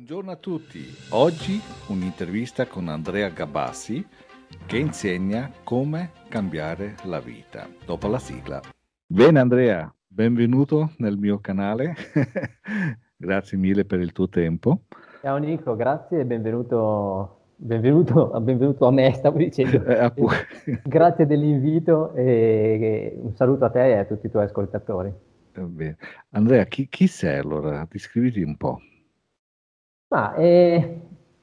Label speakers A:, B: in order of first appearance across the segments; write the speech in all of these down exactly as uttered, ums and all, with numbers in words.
A: Buongiorno a tutti, oggi un'intervista con Andrea Gabassi che insegna come cambiare la vita. Dopo la sigla. Bene Andrea, benvenuto nel mio canale, grazie mille per il tuo tempo.
B: Ciao Nico, grazie e benvenuto, benvenuto, benvenuto a me, stavo dicendo.
A: Eh, appu-
B: Grazie dell'invito e un saluto a te e a tutti i tuoi ascoltatori.
A: Bene. Andrea, chi, chi sei allora? Descriviti un po'.
B: Ma eh,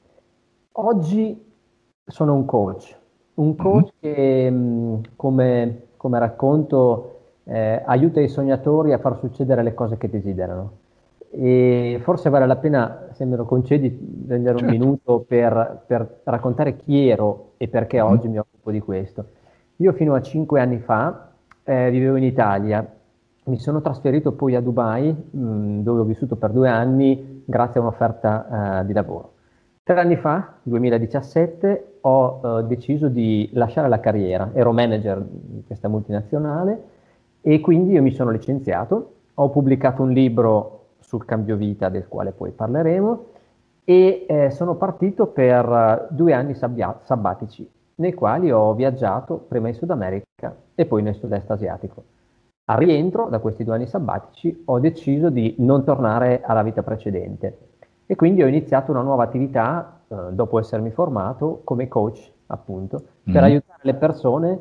B: oggi sono un coach, un
A: Mhm.
B: coach che mh, come, come racconto eh, aiuta i sognatori a far succedere le cose che desiderano. E forse vale la pena, se me lo concedi, prendere un
A: Certo.
B: minuto per, per raccontare chi ero e perché
A: Mhm.
B: oggi mi occupo di questo. Io fino a cinque anni fa eh, vivevo in Italia, mi sono trasferito poi a Dubai, mh, dove ho vissuto per due anni grazie a un'offerta eh, di lavoro. Tre anni fa, duemiladiciassette, ho eh, deciso di lasciare la carriera, ero manager di questa multinazionale e quindi io mi sono licenziato, ho pubblicato un libro sul cambio vita del quale poi parleremo e eh, sono partito per eh, due anni sabbia- sabbatici, nei quali ho viaggiato prima in Sud America e poi nel sud-est asiatico. Al rientro da questi due anni sabbatici ho deciso di non tornare alla vita precedente e quindi ho iniziato una nuova attività, eh, dopo essermi formato come coach, appunto, per
A: Mhm.
B: aiutare le persone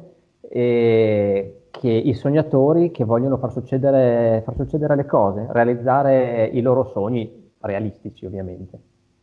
B: e che, i sognatori che vogliono far succedere, far succedere le cose, realizzare i loro sogni realistici, ovviamente.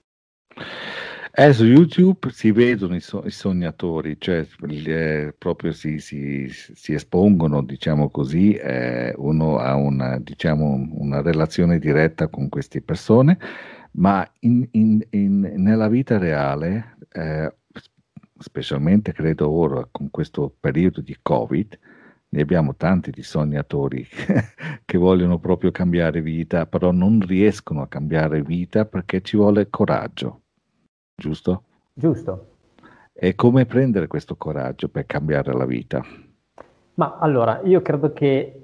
A: Eh, su YouTube si vedono i, so- i sognatori, cioè eh, proprio si, si- si espongono, diciamo così, eh, uno ha una, diciamo, una relazione diretta con queste persone, ma in- in- in- nella vita reale, eh, specialmente credo ora con questo periodo di Covid, ne abbiamo tanti di sognatori che vogliono proprio cambiare vita, però non riescono a cambiare vita perché ci vuole coraggio, giusto?
B: Giusto?
A: E come prendere questo coraggio per cambiare la vita?
B: Ma allora, io credo che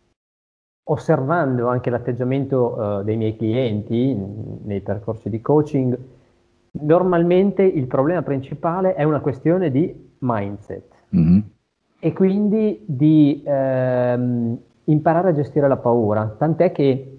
B: osservando anche l'atteggiamento eh, dei miei clienti mh, nei percorsi di coaching, normalmente il problema principale è una questione di mindset
A: Mhm.
B: e quindi di ehm, imparare a gestire la paura. Tant'è che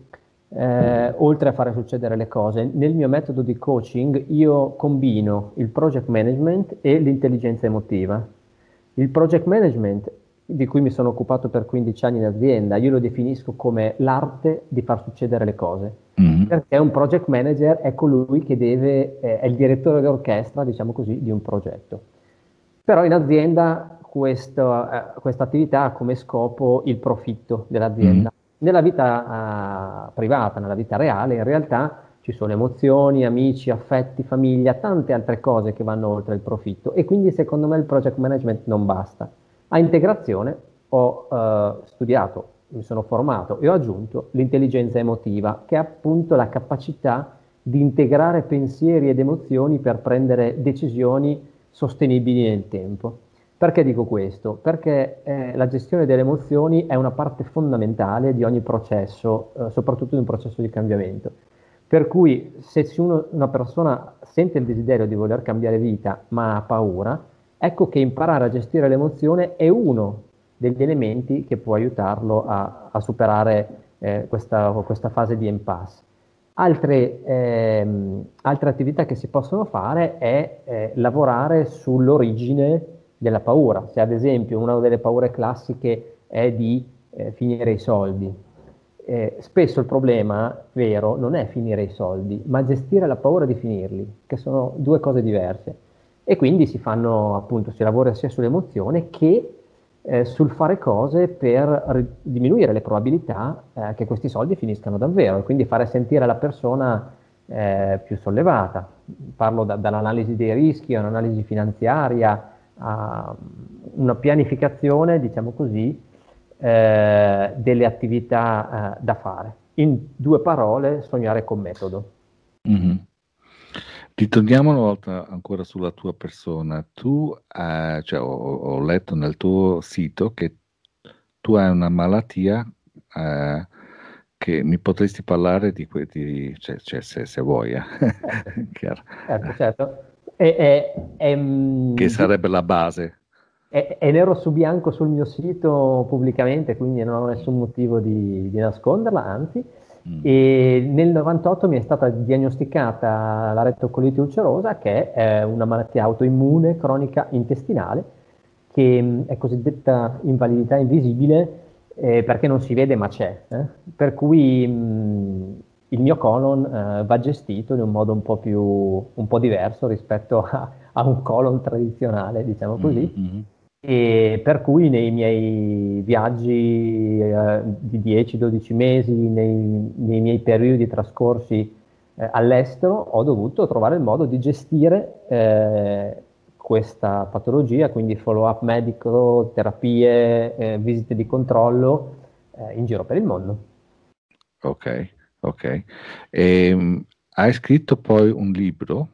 B: eh, oltre a fare succedere le cose, nel mio metodo di coaching io combino il project management e l'intelligenza emotiva. Il project management, di cui mi sono occupato per quindici anni in azienda, io lo definisco come l'arte di far succedere le cose.
A: Mhm.
B: Perché un project manager è colui che deve, eh, è il direttore d'orchestra, diciamo così, di un progetto. Però in azienda questa eh, questa attività ha come scopo il profitto
A: Mhm.
B: dell'azienda. Nella vita eh, privata, nella vita reale, in realtà ci sono emozioni, amici, affetti, famiglia, tante altre cose che vanno oltre il profitto e quindi secondo me il project management non basta. A integrazione ho eh, studiato, mi sono formato e ho aggiunto l'intelligenza emotiva, che è appunto la capacità di integrare pensieri ed emozioni per prendere decisioni sostenibili nel tempo. Perché dico questo? Perché eh, la gestione delle emozioni è una parte fondamentale di ogni processo, eh, soprattutto di un processo di cambiamento. Per cui se ci uno- una persona sente il desiderio di voler cambiare vita ma ha paura, ecco che imparare a gestire l'emozione è uno degli elementi che può aiutarlo a, a superare eh, questa, questa fase di impasse. Altre, ehm, altre attività che si possono fare è eh, lavorare sull'origine della paura. Se ad esempio una delle paure classiche è di eh, finire i soldi, eh, spesso il problema vero non è finire i soldi, ma gestire la paura di finirli, che sono due cose diverse. E quindi si fanno appunto, si lavora sia sull'emozione che eh, sul fare cose per ri- diminuire le probabilità eh, che questi soldi finiscano davvero e quindi fare sentire la persona eh, più sollevata. Parlo da- dall'analisi dei rischi, a un'analisi finanziaria, a una pianificazione, diciamo così, eh, delle attività eh, da fare. In due parole, sognare con metodo.
A: Mhm. Ritorniamo una volta ancora sulla tua persona. Tu, eh, cioè, ho, ho letto nel tuo sito che tu hai una malattia, eh, che mi potresti parlare di, que- di cioè, cioè, se, se vuoi, eh.
B: Certo,
A: Chiaro.
B: certo, certo. È, è- è,
A: Che
B: mm, di-
A: sarebbe la base.
B: è- è nero su bianco sul mio sito pubblicamente, quindi non ho
A: Mm,
B: nessun motivo di, di nasconderla, anzi.
A: mm,
B: E nel novantotto mi è stata diagnosticata la rettocolite ulcerosa, che è una malattia autoimmune cronica intestinale, che mh, è cosiddetta invalidità invisibile, eh, perché non si vede ma c'è, eh. Per cui mh, il mio colon eh, va gestito in un modo un po' più, un po' diverso rispetto a, a un colon tradizionale, diciamo
A: mm,
B: così.
A: mm.
B: E per cui nei miei viaggi eh, di dieci dodici mesi, nei, nei miei periodi trascorsi eh, all'estero, ho dovuto trovare il modo di gestire eh, questa patologia, quindi follow-up medico, terapie, eh, visite di controllo eh, in giro per il mondo.
A: Ok, ok. Ehm, hai scritto poi un libro.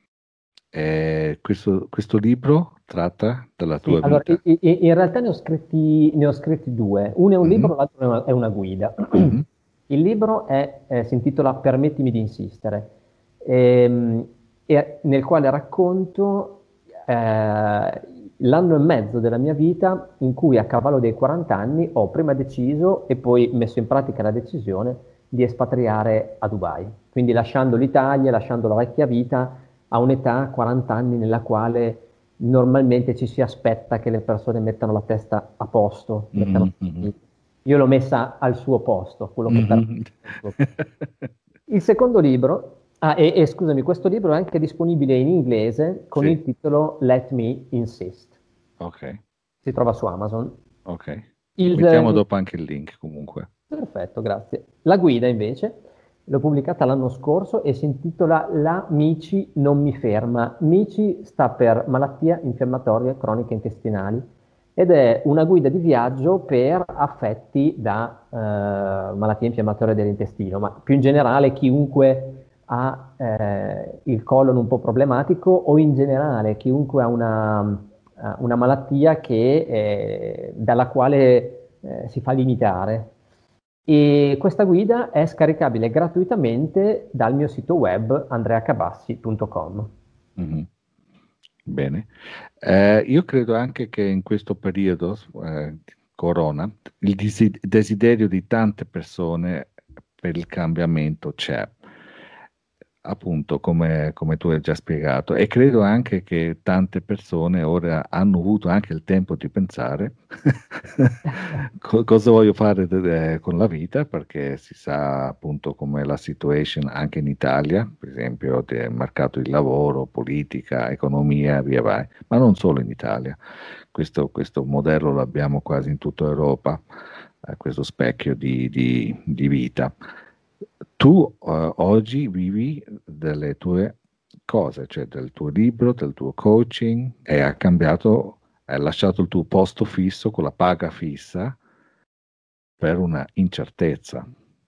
A: Eh, questo, questo libro tratta della
B: Sì,
A: tua
B: allora, i-
A: vita.
B: i- in realtà ne ho scritti, ne ho scritti due. Uno è un
A: Mhm,
B: libro, l'altro è una, è una guida.
A: mhm,
B: Il libro è, eh, si intitola Permettimi di insistere, ehm, e- nel quale racconto eh, l'anno e mezzo della mia vita in cui a cavallo dei quaranta anni ho prima deciso e poi messo in pratica la decisione di espatriare a Dubai. Quindi lasciando l'Italia, lasciando la vecchia vita a un'età, quaranta anni, nella quale normalmente ci si aspetta che le persone mettano la testa a posto, mettano...
A: mhm, mhm,
B: Io l'ho messa al suo posto, quello che per me
A: mhm.
B: è al suo posto. Il secondo libro, ah, e, e scusami, questo libro è anche disponibile in inglese con
A: Sì,
B: il titolo Let Me Insist.
A: ok,
B: Si trova su Amazon.
A: ok.
B: Il,
A: Mettiamo
B: eh,
A: dopo anche il link comunque.
B: Perfetto, grazie. La guida invece l'ho pubblicata l'anno scorso e si intitola La Mici non mi ferma. Mici sta per malattia infiammatoria cronica intestinali ed è una guida di viaggio per affetti da eh, malattia infiammatoria dell'intestino, ma più in generale chiunque ha eh, il colon un po' problematico o in generale chiunque ha una, eh, una malattia che, eh, dalla quale eh, si fa limitare. E questa guida è scaricabile gratuitamente dal mio sito web andreacabassi punto com.
A: Mhm. Bene. Eh, io credo anche che in questo periodo, eh, Corona, il desi- desiderio di tante persone per il cambiamento c'è, appunto, come, come tu hai già spiegato, e credo anche che tante persone ora hanno avuto anche il tempo di pensare co- cosa voglio fare de- con la vita, perché si sa appunto come la situation anche in Italia, per esempio, del mercato di lavoro, politica, economia, via vai, ma non solo in Italia. Questo, questo modello l'abbiamo quasi in tutta Europa, eh, questo specchio di, di- di vita. Tu eh, oggi vivi delle tue cose, cioè del tuo libro, del tuo coaching, e hai cambiato, hai lasciato il tuo posto fisso con la paga fissa per una incertezza.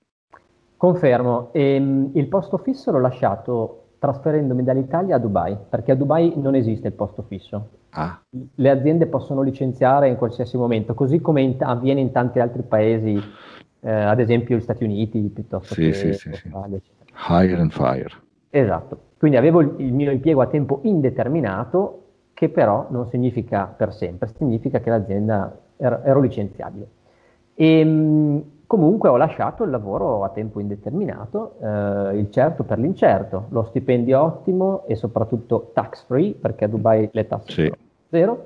B: Confermo, ehm, il posto fisso l'ho lasciato trasferendomi dall'Italia a Dubai, perché a Dubai non esiste il posto fisso.
A: Ah,
B: Le aziende possono licenziare in qualsiasi momento, così come in- avviene in tanti altri paesi, eh, ad esempio gli Stati Uniti, piuttosto
A: sì, sì,
B: che
A: sì, sì.
B: l'Australia, eccetera.
A: Hire and fire.
B: Esatto, quindi avevo il, il mio impiego a tempo indeterminato, che però non significa per sempre, significa che l'azienda ero, ero licenziabile. E, mh, comunque ho lasciato il lavoro a tempo indeterminato, eh, il certo per l'incerto, lo stipendio ottimo e soprattutto tax free, perché a Dubai le tasse
A: Sì.
B: sono zero.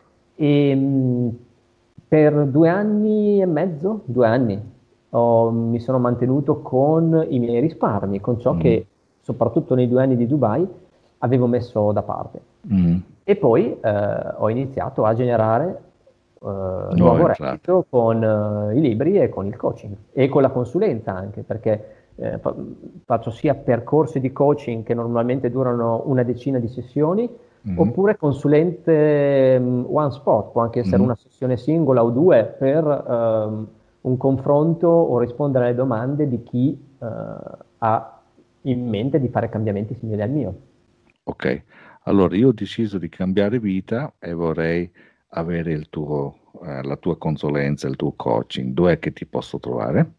B: E, mh, per due anni e mezzo, due anni, ho- mi sono mantenuto con i miei risparmi, con ciò
A: Mhm.
B: che soprattutto nei due anni di Dubai avevo messo da parte.
A: Mhm.
B: E poi eh, ho iniziato a generare eh,
A: Nuove
B: nuovo
A: entrate.
B: reddito con eh, i libri e con il coaching e con la consulenza anche, perché eh, fa- faccio sia percorsi di coaching che normalmente durano una decina di sessioni,
A: Mhm.
B: oppure consulente mm, one spot, può anche essere
A: Mhm.
B: una sessione singola o due per ehm, un confronto o rispondere alle domande di chi eh, ha in mente di fare cambiamenti simili al mio.
A: Ok, allora io ho deciso di cambiare vita e vorrei avere il tuo, eh, la tua consulenza, il tuo coaching. Dov'è che ti posso trovare?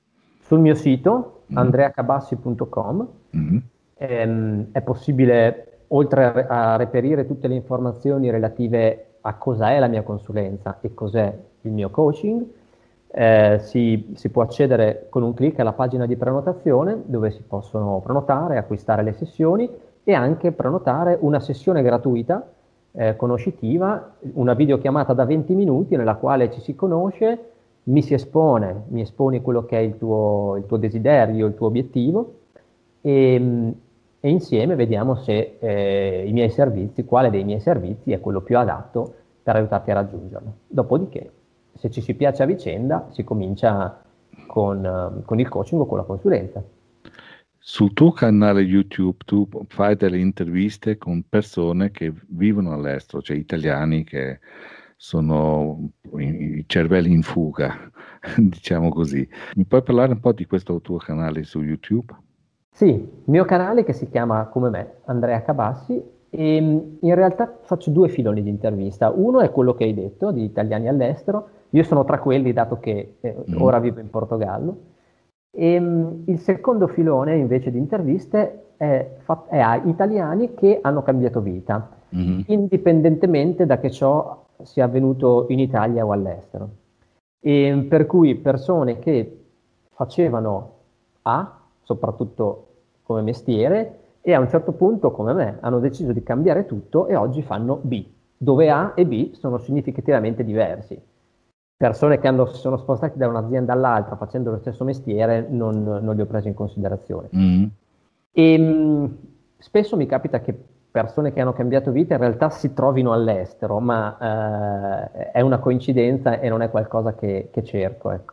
B: Sul mio sito
A: Mm.
B: andrea cabassi punto com
A: Mm.
B: ehm, è possibile, oltre a, re- a reperire tutte le informazioni relative a cosa è la mia consulenza e cos'è il mio coaching, eh, si, si può accedere con un clic alla pagina di prenotazione dove si possono prenotare, acquistare le sessioni e anche prenotare una sessione gratuita, eh, conoscitiva, una videochiamata da venti minuti nella quale ci si conosce, mi si espone, mi esponi quello che è il tuo, il tuo desiderio, il tuo obiettivo e, e insieme vediamo se eh, i miei servizi, quale dei miei servizi è quello più adatto per aiutarti a raggiungerlo. Dopodiché, se ci si piace a vicenda, si comincia con, eh, con il coaching o con la consulenza.
A: Sul tuo canale YouTube tu fai delle interviste con persone che vivono all'estero, cioè italiani che sono i i cervelli in fuga, diciamo così. Mi puoi parlare un po' di questo tuo canale su YouTube?
B: Sì, il mio canale che si chiama come me, Andrea Cabassi, e mh, in realtà faccio due filoni di intervista. Uno è quello che hai detto, di italiani all'estero. Io sono tra quelli, dato che eh,
A: Mm.
B: ora vivo in Portogallo. E, mh, il secondo filone invece di interviste è, fa- è a italiani che hanno cambiato vita,
A: Mhm.
B: indipendentemente da che ciò sia avvenuto in Italia o all'estero. E per cui persone che facevano A, soprattutto come mestiere, e a un certo punto, come me, hanno deciso di cambiare tutto e oggi fanno B, dove A e B sono significativamente diversi. Persone che hanno- si sono spostati da un'azienda all'altra facendo lo stesso mestiere non, non li ho presi in considerazione.
A: Mhm.
B: E mh, spesso mi capita che persone che hanno cambiato vita in realtà si trovino all'estero, ma eh, è una coincidenza e non è qualcosa che, che cerco, ecco.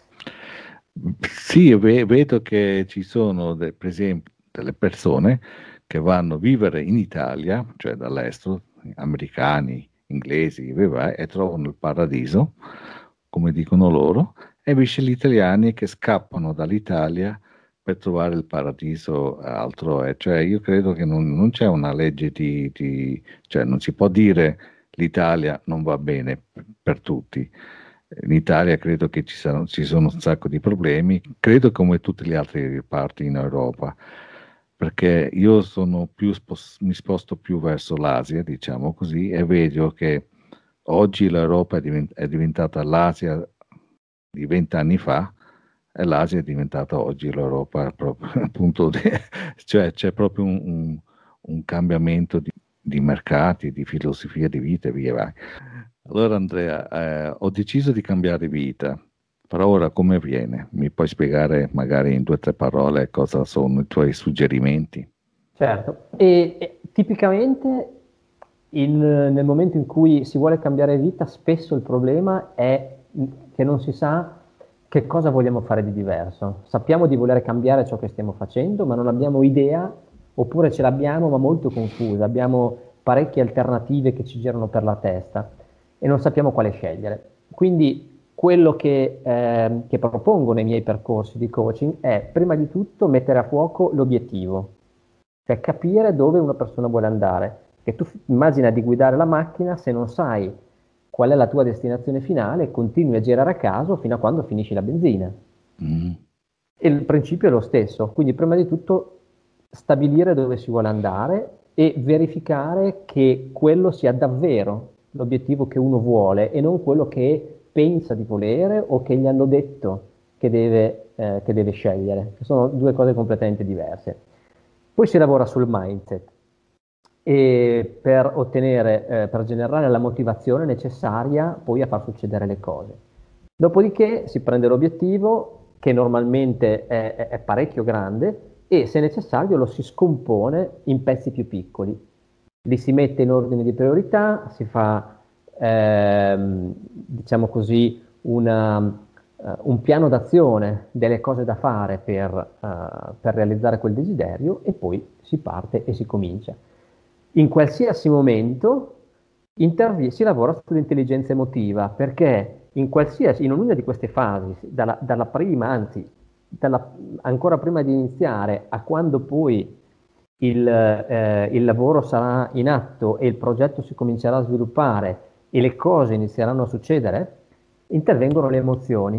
A: Sì, ve- vedo che ci sono, de- per esempio, delle persone che vanno a vivere in Italia, cioè dall'estero, americani, inglesi, vai, vai, e trovano il paradiso, come dicono loro, e invece gli italiani che scappano dall'Italia per trovare il paradiso altrove. Cioè, io credo che non, non c'è una legge di, di- cioè non si può dire l'Italia non va bene per per tutti. In Italia credo che ci saranno- ci sono un sacco di problemi, credo come tutte le altre parti in Europa, perché io sono più spos- mi sposto più verso l'Asia, diciamo così, e vedo che oggi l'Europa è, divent- è diventata l'Asia di vent'anni fa e l'Asia è diventata oggi l'Europa, proprio, appunto, di- cioè c'è proprio un, un- un cambiamento di, di mercati, di filosofia di vita e via vai. Allora Andrea, eh, ho deciso di cambiare vita, però ora come avviene? Mi puoi spiegare magari in due o tre parole cosa sono i tuoi suggerimenti?
B: Certo, e, e tipicamente il- nel momento in cui si vuole cambiare vita, spesso il problema è che non si sa che cosa vogliamo fare di diverso. Sappiamo di voler cambiare ciò che stiamo facendo, ma non abbiamo idea, oppure ce l'abbiamo, ma molto confusa. Abbiamo parecchie alternative che ci girano per la testa e non sappiamo quale scegliere. Quindi quello che, ehm, che propongo nei miei percorsi di coaching è prima di tutto mettere a fuoco l'obiettivo, cioè capire dove una persona vuole andare. Che tu f- immagina di guidare la macchina, se non sai qual è la tua destinazione finale, continui a girare a caso fino a quando finisci la benzina.
A: Mm.
B: E il principio è lo stesso, quindi prima di tutto stabilire dove si vuole andare e verificare che quello sia davvero l'obiettivo che uno vuole e non quello che pensa di volere o che gli hanno detto che deve, eh, che deve scegliere, che sono due cose completamente diverse. Poi si lavora sul mindset e per ottenere, eh, per generare la motivazione necessaria poi a far succedere le cose. Dopodiché si prende l'obiettivo, che normalmente è, è- è parecchio grande, e se necessario lo si scompone in pezzi più piccoli. Li si mette in ordine di priorità, si fa, ehm, diciamo così, una, eh, un piano d'azione delle cose da fare per, eh, per realizzare quel desiderio e poi si parte e si comincia. In qualsiasi momento intervi- si lavora sull'intelligenza emotiva perché in qualsiasi, in ognuna di queste fasi, dalla, dalla prima, anzi, dalla- ancora prima di iniziare a quando poi il, eh, il lavoro sarà in atto e il progetto si comincerà a sviluppare e le cose inizieranno a succedere, intervengono le emozioni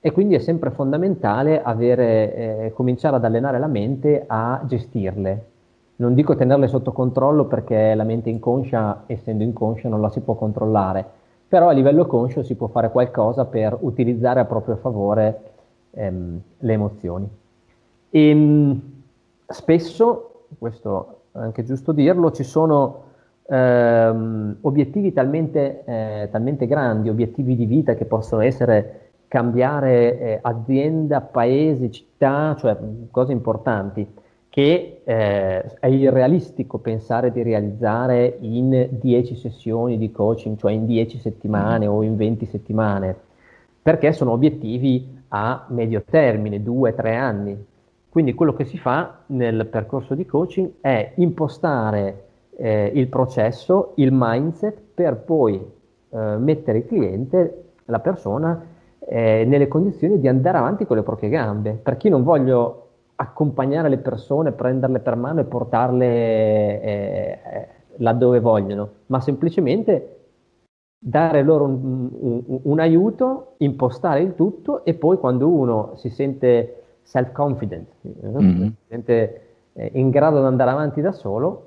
B: E quindi è sempre fondamentale avere, eh, cominciare ad allenare la mente a gestirle. Non dico tenerle sotto controllo perché la mente inconscia, essendo inconscia, non la si può controllare, però a livello conscio si può fare qualcosa per utilizzare a proprio favore ehm, le emozioni. E, mh, spesso, questo è anche giusto dirlo, ci sono ehm, obiettivi talmente, eh, talmente grandi, obiettivi di vita che possono essere cambiare eh, azienda, paesi, città, cioè cose importanti, che eh, è irrealistico pensare di realizzare in dieci sessioni di coaching, cioè in dieci
A: Mhm.
B: settimane o in venti settimane, perché sono obiettivi a medio termine, due, tre anni. Quindi quello che si fa nel percorso di coaching è impostare eh, il processo, il mindset, per poi eh, mettere il cliente, la persona, eh, nelle condizioni di andare avanti con le proprie gambe. Per chi non voglio accompagnare le persone, prenderle per mano e portarle eh, eh, laddove vogliono, ma semplicemente dare loro un, un- un aiuto, impostare il tutto e poi quando uno si sente self-confident, eh, si
A: Mhm.
B: sente eh, in grado di andare avanti da solo,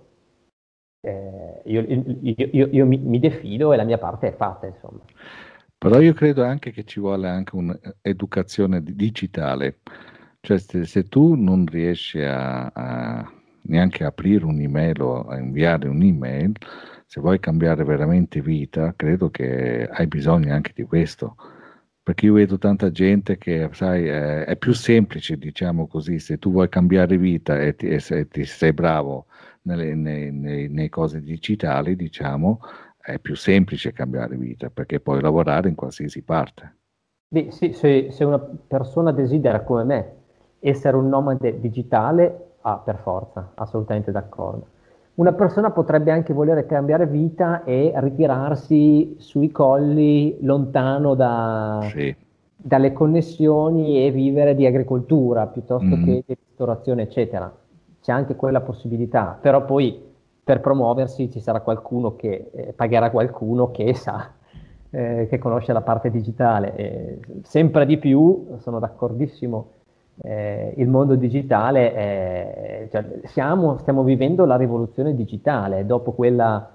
B: eh, io, io- io- io mi, mi defido e la mia parte è fatta, insomma.
A: Però io credo anche che ci vuole anche un'educazione di- digitale, cioè se, se tu non riesci a, a neanche aprire un'email o a inviare un'email, se vuoi cambiare veramente vita, credo che hai bisogno anche di questo, perché io vedo tanta gente che, sai, eh, è più semplice, diciamo così, se tu vuoi cambiare vita e, ti, e se ti sei bravo nelle, nei, nei, nei cose digitali, diciamo è più semplice cambiare vita perché puoi lavorare in qualsiasi parte.
B: Beh, sì, se, se una persona desidera come me essere un nomade digitale, ah, per forza, assolutamente d'accordo. Una persona potrebbe anche volere cambiare vita e ritirarsi sui colli, lontano da-
A: Sì.
B: dalle connessioni e vivere di agricoltura piuttosto
A: Mhm.
B: che di ristorazione, eccetera. C'è anche quella possibilità, però poi per promuoversi ci sarà qualcuno che eh, pagherà qualcuno che sa, eh, che conosce la parte digitale. E sempre di più, sono d'accordissimo, eh, il mondo digitale è, cioè, siamo, stiamo vivendo la rivoluzione digitale, dopo quella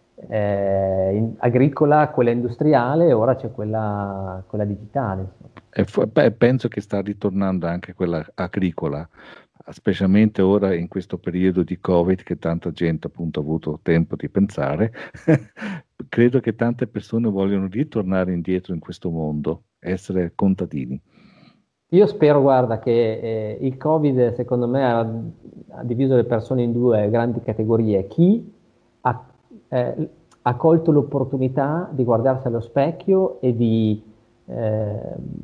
B: eh, in- agricola, quella industriale, ora c'è quella, quella digitale. Insomma.
A: E fu- beh, penso che sta ritornando anche quella agricola, specialmente ora in questo periodo di Covid che tanta gente appunto ha avuto tempo di pensare. Credo che tante persone vogliono ritornare indietro in questo mondo, essere contadini.
B: Io spero, guarda, che eh, il Covid, secondo me, ha, ha diviso le persone in due grandi categorie. Chi ha, eh, ha colto l'opportunità di guardarsi allo specchio e di eh,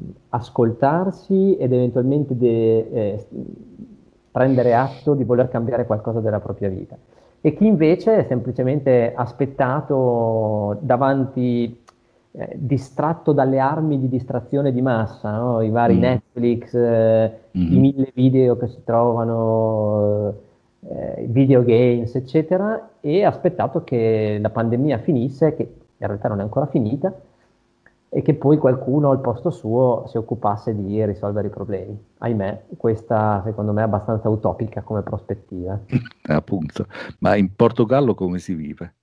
B: ascoltarsi ed eventualmente de- eh, prendere atto di voler cambiare qualcosa della propria vita. E chi invece è semplicemente aspettato davanti eh, distratto dalle armi di distrazione di massa, no? I vari
A: Mm.
B: Netflix, eh, i
A: Mhm.
B: mille video che si trovano, eh, videogames, eccetera, e ha aspettato che la pandemia finisse, che in realtà non è ancora finita, e che poi qualcuno al posto suo si occupasse di risolvere i problemi. Ahimè, questa secondo me è abbastanza utopica come prospettiva.
A: Appunto. Ma in Portogallo come si vive?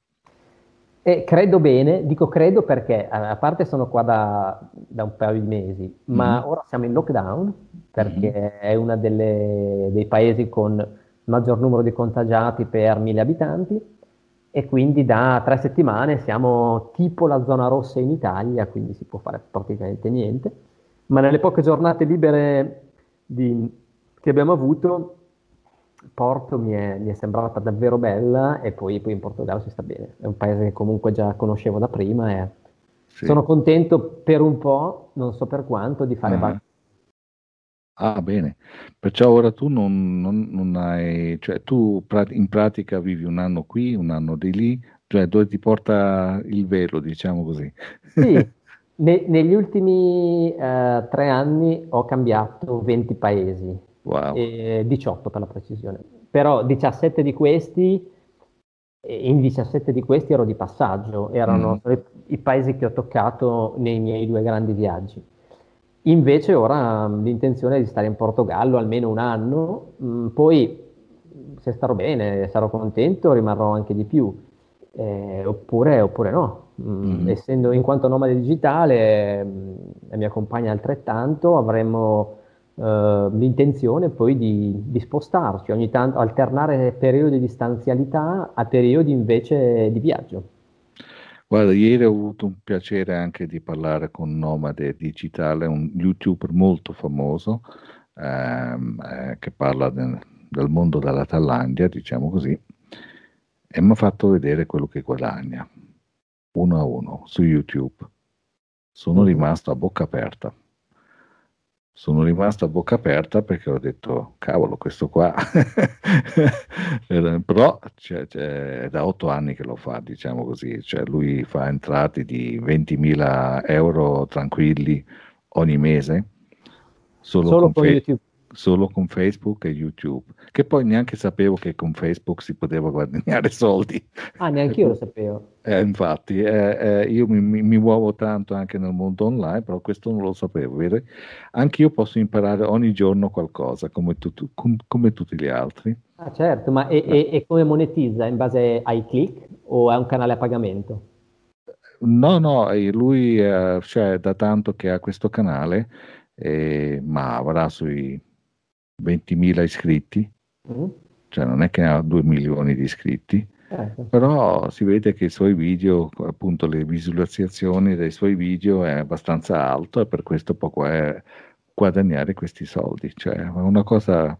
B: E credo bene, dico credo perché a a parte sono qua da, da un paio di mesi,
A: Mhm.
B: ma ora siamo in lockdown
A: Mhm.
B: perché è uno dei paesi con maggior numero di contagiati per mille abitanti e quindi da tre settimane siamo tipo la zona rossa in Italia, quindi si può fare praticamente niente, ma nelle poche giornate libere di- che abbiamo avuto, Porto mi è, mi è sembrata davvero bella e poi, poi in Portogallo si sta bene. È un paese che comunque già conoscevo da prima e
A: Sì.
B: sono contento per un po', non so per quanto, di fare
A: Ah.
B: vacanze.
A: Ah, bene. Perciò ora tu non, non- non hai, cioè tu pra- in pratica vivi un anno qui, un anno di lì, cioè dove ti porta il velo, diciamo così.
B: Sì, ne- negli ultimi eh, tre anni ho cambiato venti paesi,
A: Wow.
B: e diciotto per la precisione, però diciassette di questi, e in diciassette di questi ero di passaggio, erano
A: Mhm.
B: i paesi che ho toccato nei miei due grandi viaggi. Invece ora mh, l'intenzione è di stare in Portogallo almeno un anno, mh, poi se starò bene, sarò contento, rimarrò anche di più. Eh, oppure, oppure no. Mm,
A: Mhm.
B: essendo in quanto nomade digitale, mm, e mia compagna altrettanto, avremmo eh, l'intenzione poi di, di spostarci, ogni tanto alternare periodi di stanzialità a periodi invece di viaggio.
A: Guarda, ieri ho avuto un piacere anche di parlare con Nomade Digitale, un YouTuber molto famoso, ehm, eh, che parla del, del mondo della Thailandia, diciamo così, e mi ha fatto vedere quello che guadagna, uno a uno, su YouTube. Sono
B: Mhm.
A: rimasto a bocca aperta. Sono rimasto a bocca aperta perché ho detto, cavolo, questo qua. Era- Però cioè, cioè, è da otto anni che lo fa, diciamo così. Cioè, lui fa entrate di ventimila euro tranquilli ogni mese, solo
B: Solo
A: con,
B: con
A: Fe-
B: YouTube.
A: solo con Facebook e YouTube. Che poi neanche sapevo che con Facebook si poteva guadagnare soldi.
B: Ah, neanche io lo sapevo.
A: Eh, infatti, eh, eh, io mi, mi- mi muovo tanto anche nel mondo online, però questo non lo sapevo, vedi? Anche io posso imparare ogni giorno qualcosa, come, tu- tu- com- come tutti gli altri.
B: Ah, certo, ma e,
A: Eh,
B: e- e come monetizza? In base ai click o è un canale a pagamento?
A: No, no, eh, lui eh, cioè, da tanto che ha questo canale, eh, ma avrà sui ventimila iscritti,
B: Mhm.
A: cioè non è che ha due milioni di iscritti,
B: Certo.
A: però si vede che i suoi video, appunto le visualizzazioni dei suoi video è abbastanza alto e per questo può gua- guadagnare questi soldi. Cioè, è una cosa,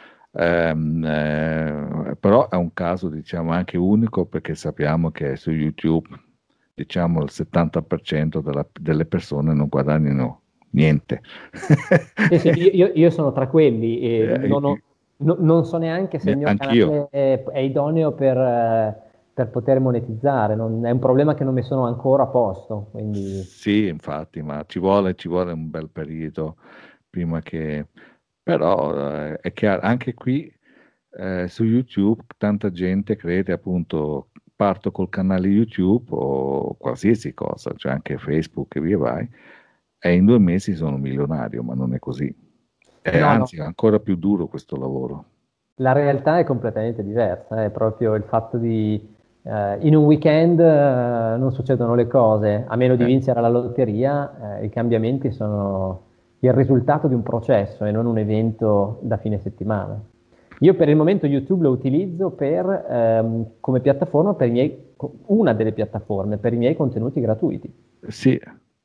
A: ehm, eh, però è un caso, diciamo, anche unico perché sappiamo che su YouTube, diciamo, il settanta per cento della- delle persone non guadagnano niente.
B: Sì, sì, io, io- io sono tra quelli e
A: Eh,
B: non, ho- no- non so neanche se il mio
A: Anch'io.
B: canale è, è idoneo per, eh, per poter monetizzare, non- è un problema che non mi sono ancora posto, quindi
A: Sì, infatti, ma ci vuole, ci vuole un bel periodo prima che... Però eh, è chiaro, anche qui eh, su YouTube tanta gente crede appunto parto col canale YouTube o qualsiasi cosa, cioè anche Facebook e via vai, e in due mesi sono milionario, ma non è così. E
B: no, no,
A: anzi, è ancora più duro questo lavoro.
B: la realtà è completamente diversa, è proprio il fatto di eh, in un weekend eh, non succedono le cose, a meno di
A: Eh,
B: vincere alla lotteria, eh, i cambiamenti sono il risultato di un processo e non un evento da fine settimana. Io per il momento YouTube lo utilizzo per, ehm, come piattaforma per i miei, una delle piattaforme per i miei contenuti gratuiti.
A: sì,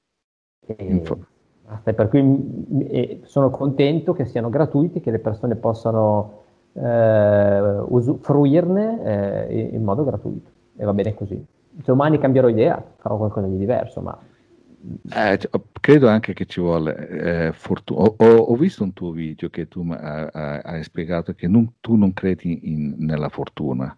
B: E,
A: inf-
B: basta, per cui mm, e sono contento che siano gratuiti, che le persone possano eh, usufruirne eh, in in modo gratuito. E va bene così. Domani cambierò idea, farò qualcosa di diverso, ma
A: Eh, c- credo anche che ci vuole fortuna. Ho, ho- ho visto un tuo video che tu mi ha- ha- hai spiegato che non- tu non credi in- nella fortuna.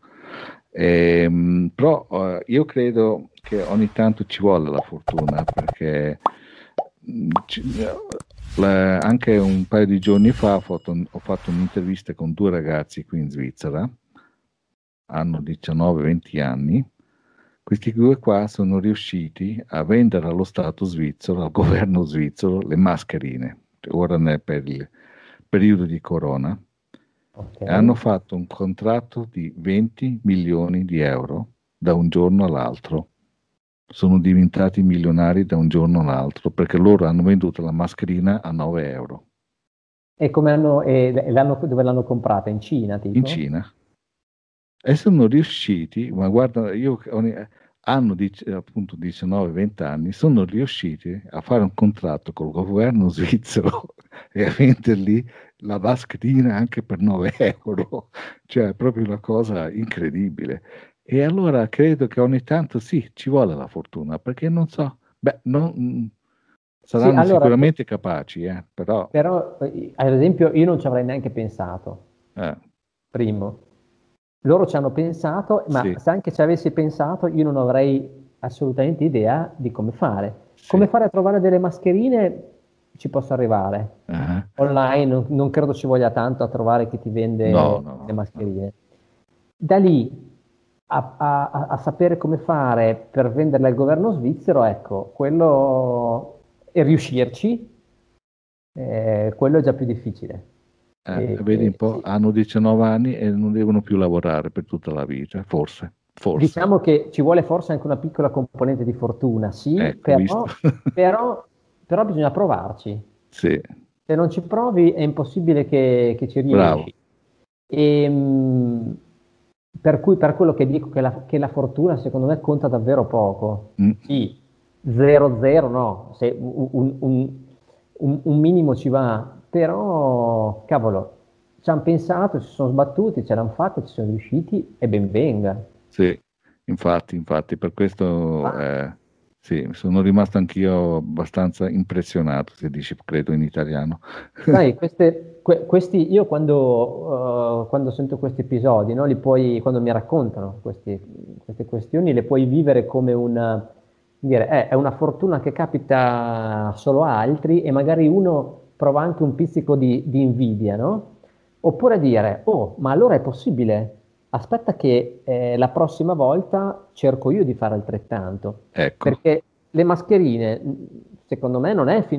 A: Ehm, però eh, io credo che ogni tanto ci vuole la fortuna perché mh, ci- la- anche un paio di giorni fa ho fatto, un- ho fatto un'intervista con due ragazzi qui in Svizzera, hanno diciannove venti anni. Questi due qua sono riusciti a vendere allo Stato svizzero, al governo svizzero, le mascherine, ora ne- per il periodo di Corona,
B: ok.
A: e hanno fatto un contratto di venti milioni di euro da un giorno all'altro. Sono diventati milionari da un giorno all'altro perché loro hanno venduto la mascherina a nove euro
B: E come hanno, e l'hanno- dove l'hanno comprata? In Cina,
A: in
B: tipo?
A: Cina. E sono riusciti, ma guarda, io ogni- hanno dic- appunto diciannove venti anni, sono riusciti a fare un contratto col governo svizzero e a vendergli la mascherina anche per nove euro, cioè è proprio una cosa incredibile. E allora credo che ogni tanto sì, ci vuole la fortuna, perché non so, beh, non-
B: Sì,
A: saranno
B: allora,
A: sicuramente capaci, eh, però
B: però, eh, ad esempio, io non ci avrei neanche pensato,
A: eh,
B: primo. Loro ci hanno pensato, ma
A: sì,
B: se anche ci avessi pensato, io non avrei assolutamente idea di come fare. Come
A: sì,
B: fare a trovare delle mascherine? Ci posso arrivare.
A: ah,
B: Online non, non credo ci voglia tanto a trovare chi ti
A: no,
B: vende le
A: no, no.
B: mascherine. Da lì a, a- a- a sapere come fare per venderle al governo svizzero, ecco, quello e riuscirci eh, quello è già più difficile.
A: Eh,
B: E,
A: vedi un
B: e
A: po',
B: sì.
A: hanno diciannove anni e non devono più lavorare per tutta la vita, forse, forse.
B: Diciamo che ci vuole forse anche una piccola componente di fortuna, sì,
A: Ecco, visto?
B: però, però- però bisogna provarci.
A: Sì,
B: Se non ci provi è impossibile che, che ci
A: bravo.
B: riesci. E, mh, per cui per quello che dico che la, che la fortuna secondo me conta davvero poco.
A: Mm,
B: Sì, zero zero no, se un, un- un- un- un minimo ci va, però cavolo, ci hanno pensato, ci sono sbattuti, ce l'hanno fatta, ci sono riusciti e ben venga.
A: sì, infatti, infatti, per questo eh, sì, sono rimasto anch'io abbastanza impressionato, si dice, credo in italiano.
B: Sai, queste- que- questi, io quando, eh, quando sento questi episodi, no, li puoi, quando mi raccontano questi- queste questioni, le puoi vivere come una, dire, eh, è una fortuna che capita solo a altri e magari uno prova anche un pizzico di, di invidia, no? Oppure dire, oh, ma allora è possibile? Aspetta che eh, la prossima volta cerco io di fare altrettanto.
A: Ecco,
B: Perché le mascherine, secondo me, non è... fi-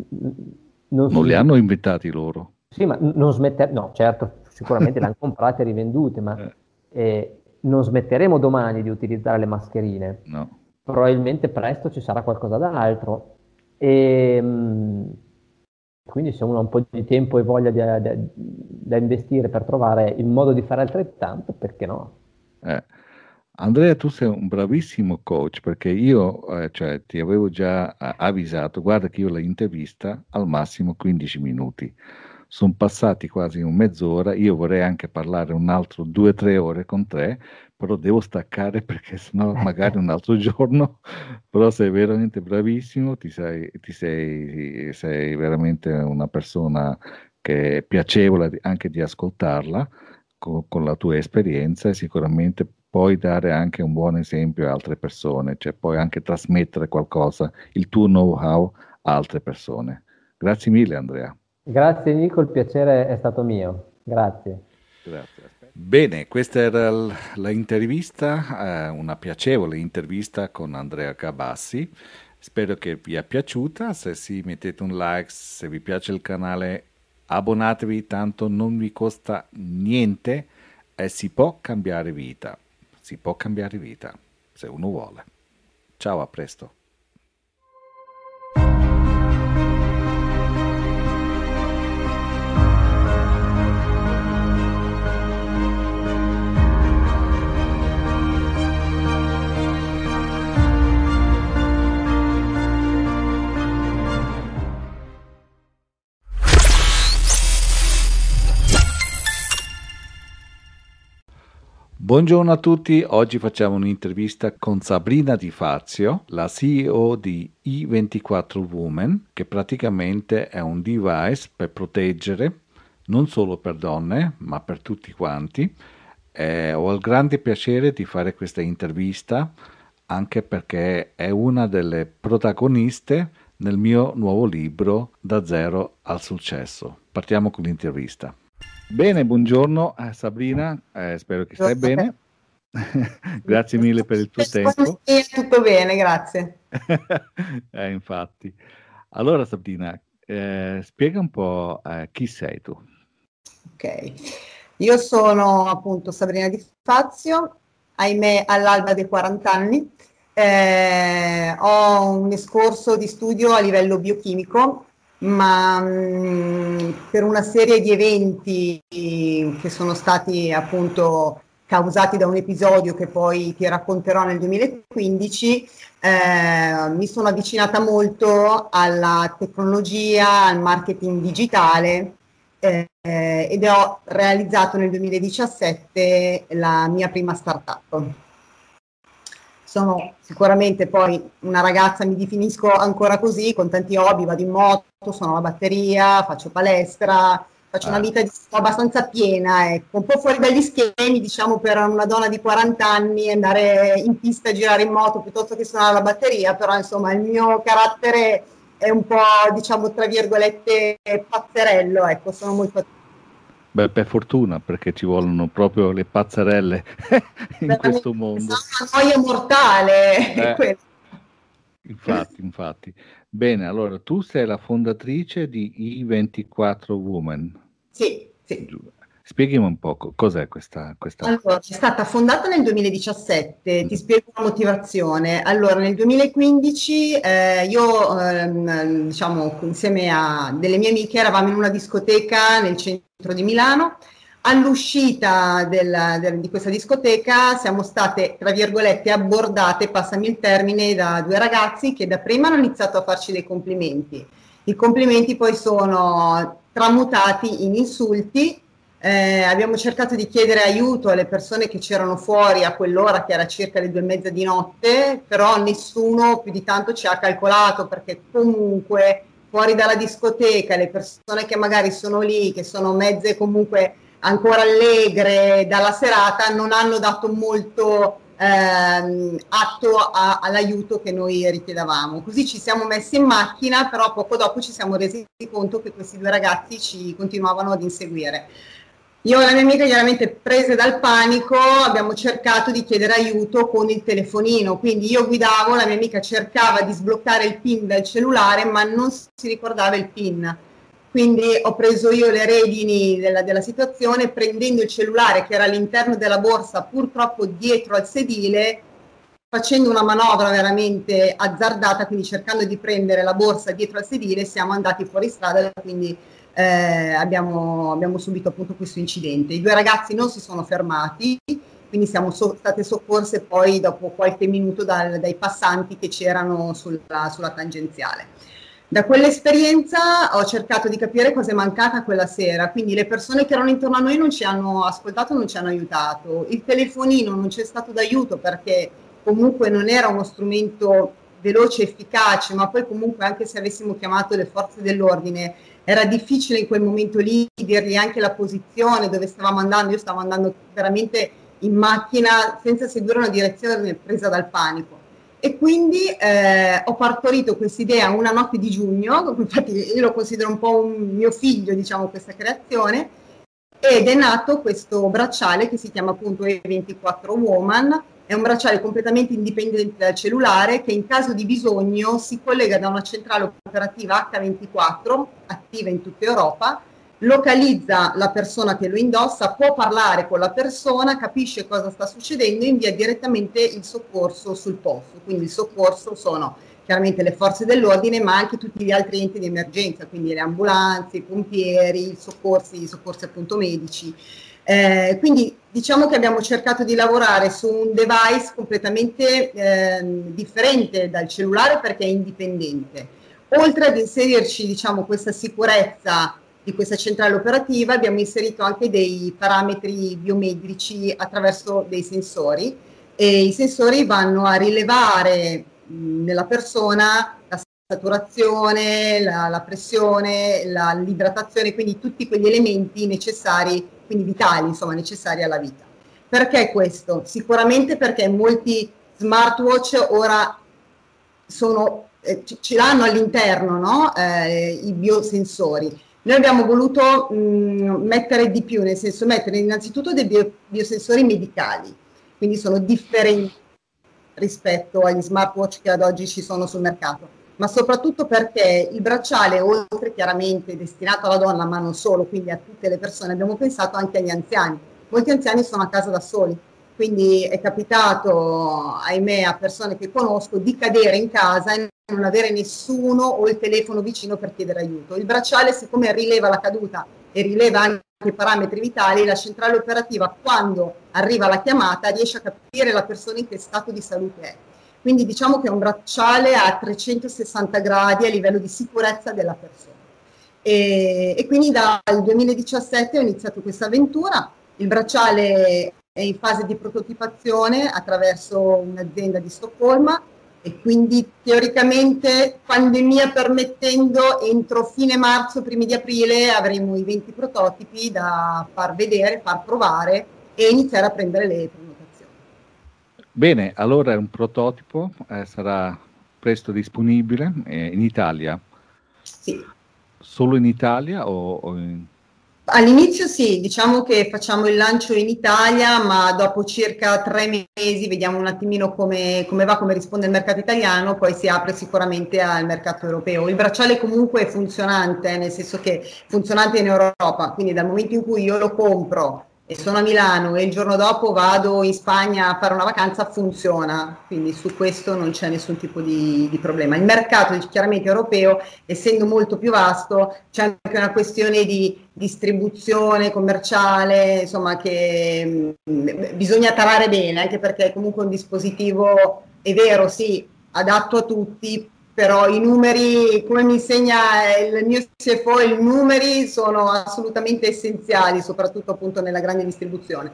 B: non
A: non
B: si
A: li
B: sviluppa.
A: hanno inventati loro.
B: Sì, ma n- non smette- no, certo, sicuramente le hanno comprate e rivendute, ma
A: Eh,
B: eh, non smetteremo domani di utilizzare le mascherine.
A: no.
B: Probabilmente presto ci sarà qualcosa d'altro. E, mh, quindi se uno ha un po' di tempo e voglia da, da- da investire per trovare il modo di fare altrettanto, perché no?
A: Eh, Andrea, tu sei un bravissimo coach perché io, eh, cioè, ti avevo già eh, avvisato, guarda che io la intervista al massimo quindici minuti. Sono passati quasi un mezz'ora, io vorrei anche parlare un altro due o tre ore con te, però devo staccare perché sennò magari un altro giorno, però sei veramente bravissimo, ti sei, ti sei, sei veramente una persona che è piacevole di- anche di ascoltarla co- con la tua esperienza e sicuramente puoi dare anche un buon esempio a altre persone, cioè puoi anche trasmettere qualcosa, il tuo know-how a altre persone. Grazie mille, Andrea.
B: Grazie Nico, il piacere è stato mio. Grazie.
A: Grazie. Aspetta. Bene, questa era l- la intervista, eh, una piacevole intervista con Andrea Cabassi. Spero che vi sia piaciuta. Se sì, mettete un like, se vi piace il canale, abbonatevi, tanto non vi costa niente e si può cambiare vita. Si può cambiare vita, se uno vuole. Ciao, a presto. Buongiorno a tutti, oggi facciamo un'intervista con Sabrina Di Fazio, la C E O di i ventiquattro Women, che praticamente è un device per proteggere non solo per donne, ma per tutti quanti. Eh, ho il grande piacere di fare questa intervista anche perché è una delle protagoniste nel mio nuovo libro Da zero al successo. Partiamo con l'intervista. Bene, buongiorno eh, Sabrina, eh, spero che stai
C: Buongiorno a te.
A: bene. Grazie mille per il tuo tempo.
C: Sì, tutto bene, grazie.
A: Eh, infatti. Allora Sabrina, eh, spiega un po' eh, chi sei tu.
C: Ok, io sono appunto Sabrina Di Fazio, ahimè all'alba dei quaranta anni. Eh, ho un escorso di studio a livello biochimico, ma mh, per una serie di eventi che sono stati appunto causati da un episodio che poi ti racconterò nel duemilaquindici, eh, mi sono avvicinata molto alla tecnologia, al marketing digitale, eh, ed ho realizzato nel duemiladiciassette la mia prima startup. Sono sicuramente poi una ragazza, mi definisco ancora così, con tanti hobby, vado in moto, suono la batteria, faccio palestra, faccio una
A: Ah,
C: vita diciamo, abbastanza piena, ecco, un po' fuori dagli schemi, diciamo, per una donna di quaranta anni andare in pista a girare in moto piuttosto che suonare la batteria, però insomma il mio carattere è un po', diciamo, tra virgolette, pazzerello, ecco, sono molto
A: beh, per fortuna perché ci vogliono proprio le pazzerelle in
C: veramente,
A: questo mondo.
C: sono una noia mortale, è
A: Eh,
C: quello.
A: infatti, infatti. Bene, allora tu sei la fondatrice di I ventiquattro Women.
C: Sì, sì.
A: Spiegami un po' cos'è questa, questa...
C: Allora, è stata fondata nel duemiladiciassette, ti spiego la motivazione. Allora, nel duemilaquindici eh, io, ehm, diciamo, insieme a delle mie amiche eravamo in una discoteca nel centro di Milano. All'uscita del- del- di questa discoteca siamo state, tra virgolette, abbordate, passami il termine, da due ragazzi che da prima hanno iniziato a farci dei complimenti. I complimenti poi sono tramutati in insulti. Eh, abbiamo cercato di chiedere aiuto alle persone che c'erano fuori a quell'ora, che era circa le due e mezza di notte, però nessuno più di tanto ci ha calcolato, perché comunque fuori dalla discoteca le persone che magari sono lì, che sono mezze comunque ancora allegre dalla serata, non hanno dato molto ehm, atto a, all'aiuto che noi richiedevamo. Così ci siamo messi in macchina, però poco dopo ci siamo resi conto che questi due ragazzi ci continuavano ad inseguire. Io e la mia amica, chiaramente prese dal panico, abbiamo cercato di chiedere aiuto con il telefonino, quindi io guidavo, la mia amica cercava di sbloccare il PIN del cellulare, ma non si ricordava il PIN. Quindi ho preso io le redini della, della situazione, prendendo il cellulare che era all'interno della borsa, purtroppo dietro al sedile, facendo una manovra veramente azzardata, quindi cercando di prendere la borsa dietro al sedile, siamo andati fuori strada, quindi eh, abbiamo, abbiamo subito appunto questo incidente. I due ragazzi non si sono fermati, quindi siamo so- state soccorse poi dopo qualche minuto dal, dai passanti che c'erano sulla, sulla tangenziale. Da quell'esperienza ho cercato di capire cosa è mancata quella sera, quindi le persone che erano intorno a noi non ci hanno ascoltato, non ci hanno aiutato, il telefonino non c'è stato d'aiuto perché comunque non era uno strumento veloce e efficace, ma poi comunque anche se avessimo chiamato le forze dell'ordine era difficile in quel momento lì dirgli anche la posizione dove stavamo andando. Io stavo andando veramente in macchina senza seguire una direzione presa dal panico. E quindi eh, ho partorito questa idea una notte di giugno, infatti io lo considero un po' un mio figlio, diciamo, questa creazione, ed è nato questo bracciale che si chiama appunto E ventiquattro Woman. È un bracciale completamente indipendente dal cellulare che in caso di bisogno si collega da una centrale operativa acca ventiquattro attiva in tutta Europa, localizza la persona che lo indossa, può parlare con la persona, capisce cosa sta succedendo e invia direttamente il soccorso sul posto. Quindi il soccorso sono chiaramente le forze dell'ordine, ma anche tutti gli altri enti di emergenza, quindi le ambulanze, i pompieri, i soccorsi, i soccorsi appunto medici. Eh, quindi diciamo che abbiamo cercato di lavorare su un device completamente eh, differente dal cellulare perché è indipendente. Oltre ad inserirci, diciamo, questa sicurezza di questa centrale operativa, abbiamo inserito anche dei parametri biometrici attraverso dei sensori, e i sensori vanno a rilevare mh, nella persona la saturazione, la, la pressione, la, l'idratazione, quindi tutti quegli elementi necessari, quindi vitali, insomma, necessari alla vita. Perché questo? Sicuramente perché molti smartwatch ora sono, eh, ce l'hanno all'interno, no? eh, i biosensori. Noi abbiamo voluto mh, mettere di più, nel senso mettere innanzitutto dei bio, biosensori medicali, quindi sono differenti rispetto agli smartwatch che ad oggi ci sono sul mercato, ma soprattutto perché il bracciale, oltre chiaramente destinato alla donna, ma non solo, quindi a tutte le persone, abbiamo pensato anche agli anziani. Molti anziani sono a casa da soli, quindi è capitato, ahimè, a persone che conosco di cadere in casa e non avere nessuno o il telefono vicino per chiedere aiuto. Il bracciale, siccome rileva la caduta e rileva anche i parametri vitali, la centrale operativa, quando arriva la chiamata, riesce a capire la persona in che stato di salute è. Quindi diciamo che è un bracciale a trecentosessanta gradi a livello di sicurezza della persona. E, e quindi dal duemiladiciassette ho iniziato questa avventura. Il bracciale è in fase di prototipazione attraverso un'azienda di Stoccolma e quindi teoricamente, pandemia permettendo, entro fine marzo, primi di aprile avremo i venti prototipi da far vedere, far provare e iniziare a prendere le prenotazioni.
A: Bene, allora è un prototipo, eh, sarà presto disponibile eh, in Italia.
C: Sì.
A: Solo in Italia o, o in...
C: all'inizio sì, diciamo che facciamo il lancio in Italia, ma dopo circa tre mesi vediamo un attimino come, come va, come risponde il mercato italiano, poi si apre sicuramente al mercato europeo. Il bracciale comunque è funzionante, nel senso che è funzionante in Europa, quindi dal momento in cui io lo compro e sono a Milano e il giorno dopo vado in Spagna a fare una vacanza, funziona, quindi su questo non c'è nessun tipo di, di problema. Il mercato chiaramente europeo, essendo molto più vasto, c'è anche una questione di distribuzione commerciale, insomma, che mh, bisogna tarare bene, anche perché è comunque un dispositivo, è vero, sì, adatto a tutti, però i numeri, come mi insegna il mio C F O, i numeri sono assolutamente essenziali, soprattutto appunto nella grande distribuzione.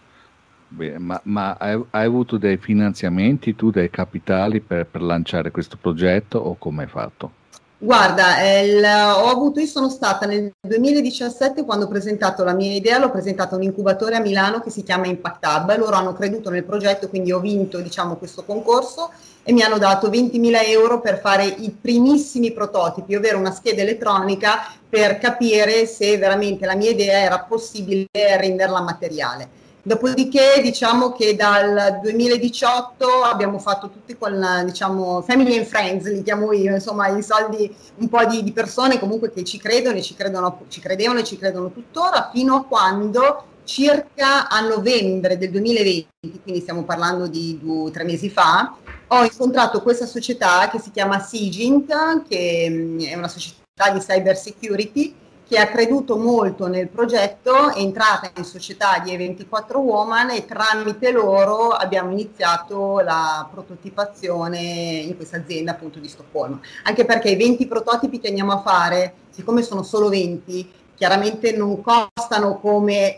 A: Beh, ma, ma hai, hai avuto dei finanziamenti, tu, dei capitali per, per lanciare questo progetto o come hai fatto?
C: Guarda, eh, il- ho avuto, io sono stata nel duemiladiciassette quando ho presentato la mia idea, l'ho presentata a un incubatore a Milano che si chiama Impact Hub, loro hanno creduto nel progetto, quindi ho vinto, diciamo, questo concorso e mi hanno dato ventimila euro per fare i primissimi prototipi, ovvero una scheda elettronica per capire se veramente la mia idea era possibile renderla materiale. Dopodiché diciamo che dal duemiladiciotto abbiamo fatto tutti con, diciamo, family and friends, li chiamo io, insomma i soldi, un po' di, di persone comunque che ci credono e ci credono, ci credevano e ci credono tuttora, fino a quando circa a novembre del duemilaventi, quindi stiamo parlando di due o tre mesi fa, ho incontrato questa società che si chiama Sigint, che mh, è una società di cyber security, che ha creduto molto nel progetto, è entrata in società di E ventiquattro Woman e tramite loro abbiamo iniziato la prototipazione in questa azienda appunto di Stoccolma. Anche perché i venti prototipi che andiamo a fare, siccome sono solo venti, chiaramente non costano come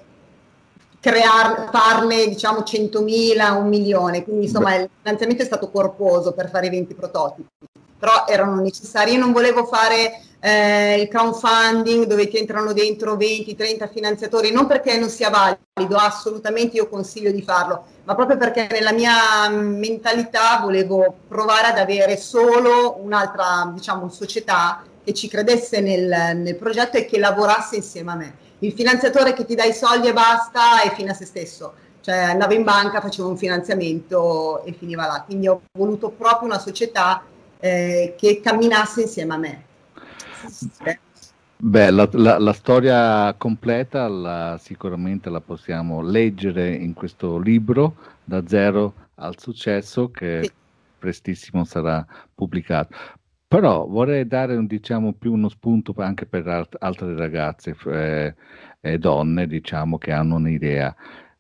C: crear, farne diciamo centomila, un milione, quindi insomma Beh. il finanziamento è stato corposo per fare i venti prototipi, però erano necessari. Io non volevo fare eh, il crowdfunding dove ti entrano dentro venti trenta finanziatori, non perché non sia valido, assolutamente io consiglio di farlo, ma proprio perché nella mia mentalità volevo provare ad avere solo un'altra, diciamo, società che ci credesse nel, nel progetto e che lavorasse insieme a me. Il finanziatore che ti dà i soldi e basta è fine a se stesso, cioè andavo in banca, facevo un finanziamento e finiva là, quindi ho voluto proprio una società eh, che camminasse insieme a me.
A: Beh, la, la, la storia completa la, sicuramente la possiamo leggere in questo libro, Da zero al successo, che sì. prestissimo sarà pubblicato. Però vorrei dare un, diciamo, più uno spunto anche per alt- altre ragazze e eh, donne, diciamo, che hanno un'idea.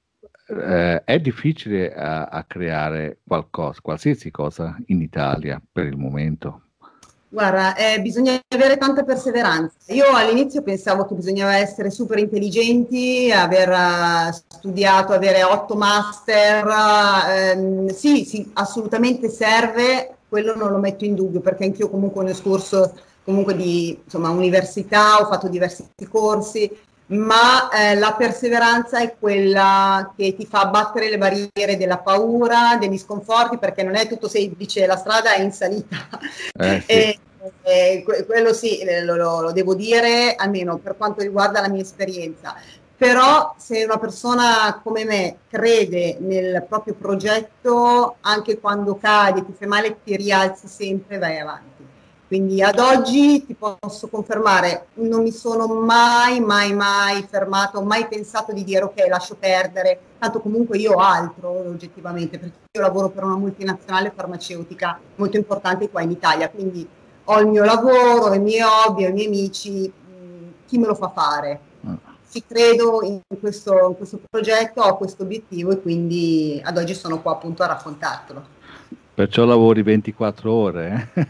A: Eh, è difficile a, a creare qualcosa, qualsiasi cosa in Italia per il momento.
C: Guarda, eh, bisogna avere tanta perseveranza. Io all'inizio pensavo che bisognava essere super intelligenti, aver uh, studiato, avere otto master. Uh, sì, sì, assolutamente serve, quello non lo metto in dubbio, perché anch'io comunque nel corso comunque di insomma, università, ho fatto diversi corsi, ma eh, la perseveranza è quella che ti fa abbattere le barriere della paura, degli sconforti, perché non è tutto semplice, la strada è in salita. Eh, sì. e, e, quello sì, lo, lo, lo devo dire, almeno per quanto riguarda la mia esperienza. Però se una persona come me crede nel proprio progetto, anche quando cadi, ti fai male, ti rialzi sempre e vai avanti. Quindi ad oggi ti posso confermare, non mi sono mai, mai, mai fermato, ho mai pensato di dire ok, lascio perdere, tanto comunque io ho altro oggettivamente, perché io lavoro per una multinazionale farmaceutica molto importante qua in Italia, quindi ho il mio lavoro, i miei hobby, i miei amici, mh, chi me lo fa fare? Ci credo in questo, in questo progetto, ho questo obiettivo e quindi ad oggi sono qua appunto a raccontartelo.
A: Perciò lavori ventiquattro ore? Eh?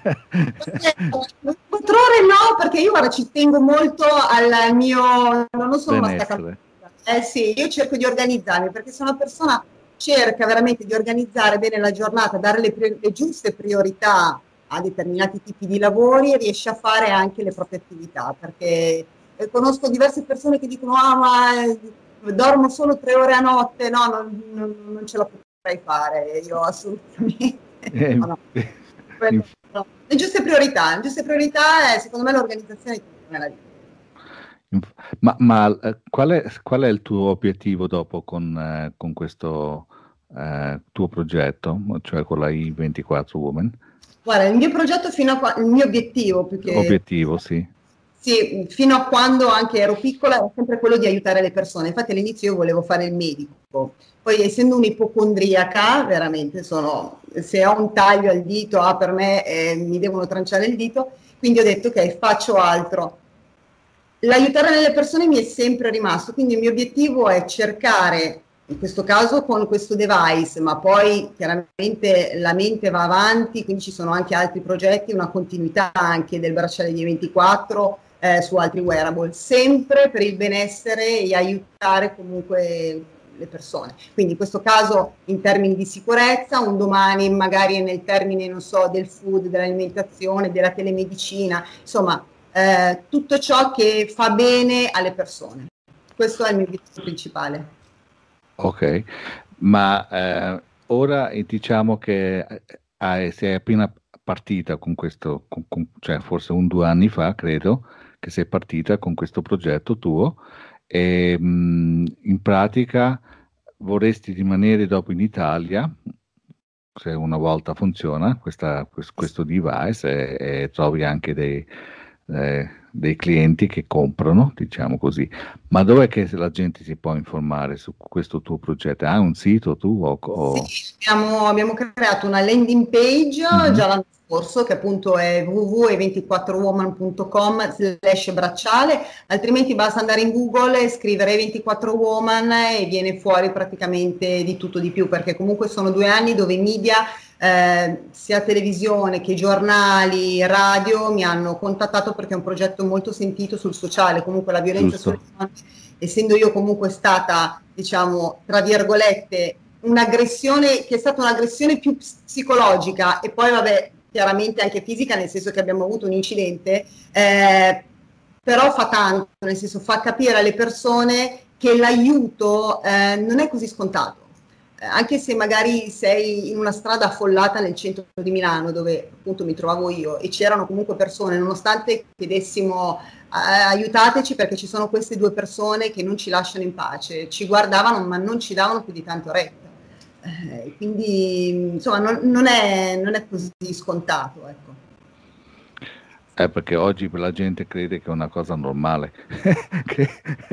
C: ventiquattro ore no, perché io guarda, ci tengo molto al mio, non sono una staccata. Eh sì, io cerco di organizzarmi, perché se una persona cerca veramente di organizzare bene la giornata, dare le, le giuste priorità a determinati tipi di lavori, riesce a fare anche le proprie attività, perché eh, conosco diverse persone che dicono ah ma eh, dormo solo tre ore a notte, no, non, non, non ce la potrei fare, io assolutamente.
A: Eh,
C: no, no. Quello, no. Le giuste priorità, le giuste priorità è secondo me l'organizzazione di tutto nella vita.
A: Inf- Ma, ma, eh, qual è, qual è il tuo obiettivo dopo con, eh, con questo eh, tuo progetto, cioè con la I ventiquattro Women?
C: Guarda, il mio progetto fino a qua, il mio obiettivo più che
A: Obiettivo, sì.
C: sì, fino a quando anche ero piccola era sempre quello di aiutare le persone. Infatti all'inizio io volevo fare il medico, poi essendo un'ipocondriaca, veramente sono, se ho un taglio al dito, ah, per me eh, mi devono tranciare il dito, quindi ho detto ok, faccio altro. L'aiutare le persone mi è sempre rimasto, quindi il mio obiettivo è cercare, in questo caso con questo device, ma poi chiaramente la mente va avanti, quindi ci sono anche altri progetti, una continuità anche del bracciale di ventiquattro eh, su altri wearable, sempre per il benessere e aiutare comunque le persone. Quindi in questo caso in termini di sicurezza, un domani magari nel termine, non so, del food, dell'alimentazione, della telemedicina, insomma, eh, tutto ciò che fa bene alle persone. Questo è il mio obiettivo principale.
A: Ok, ma eh, ora eh, diciamo che eh, hai- sei appena partita con questo, con- con- cioè forse un due anni fa, credo, che sei partita con questo progetto tuo e mh, in pratica vorresti rimanere dopo in Italia, se una volta funziona questa- quest- questo device e, e trovi anche dei, eh, dei clienti che comprano, diciamo così. Ma dov'è che la gente si può informare su questo tuo progetto? Hai un sito tu? O,
C: Sì,
A: o-
C: abbiamo, abbiamo creato una landing page
A: Mhm.
C: già l'anno scorso che appunto è w w w punto e ventiquattro woman punto com slash bracciale, altrimenti basta andare in Google e scrivere ventiquattro woman e viene fuori praticamente di tutto di più, perché comunque sono due anni dove i media, eh, sia televisione che giornali, radio mi hanno contattato perché è un progetto molto sentito sul sociale, comunque la violenza sulle
A: Giusto,
C: donne, essendo io comunque stata, diciamo, tra virgolette, un'aggressione che è stata un'aggressione più psicologica e poi vabbè chiaramente anche fisica, nel senso che abbiamo avuto un incidente, eh, però fa tanto, nel senso fa capire alle persone che l'aiuto eh, non è così scontato. Eh, anche se magari sei in una strada affollata nel centro di Milano, dove appunto mi trovavo io, e c'erano comunque persone, nonostante chiedessimo eh, aiutateci perché ci sono queste due persone che non ci lasciano in pace, ci guardavano ma non ci davano più di tanto retta. Eh, quindi insomma non, non, è, non è così scontato, ecco.
A: è perché oggi la gente crede che è una cosa normale, che,